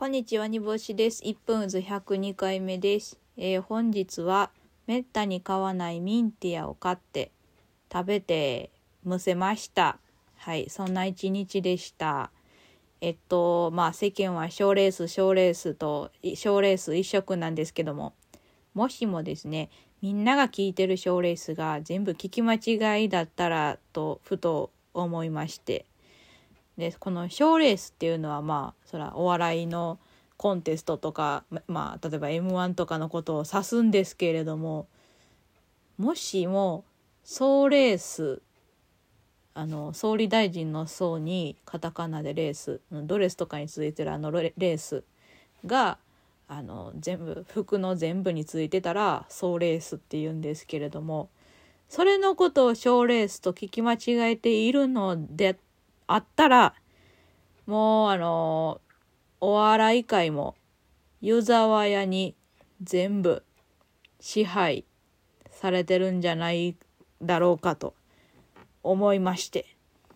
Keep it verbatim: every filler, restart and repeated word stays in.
こんにちは、煮干しです。いっぷんずひゃくにかいめです。えー、本日はめったに買わないミンティアを買って食べてむせました。はい、そんな一日でした。えっとまあ世間は賞レース賞レースと賞レース一色なんですけども、もしもですね、みんなが聞いてる賞レースが全部聞き間違いだったらとふと思いまして。でこの賞レースっていうのはまあそらお笑いのコンテストとか、まあ例えば エムワン とかのことを指すんですけれども、もしも総レース、あの総理大臣の総にカタカナでレース、ドレスとかについてるあのレースがあの全部服の全部についてたら総レースって言うんですけれども、それのことを賞レースと聞き間違えているのであったら、もうあのお笑い界も湯沢屋に全部支配されてるんじゃないだろうかと思いまして、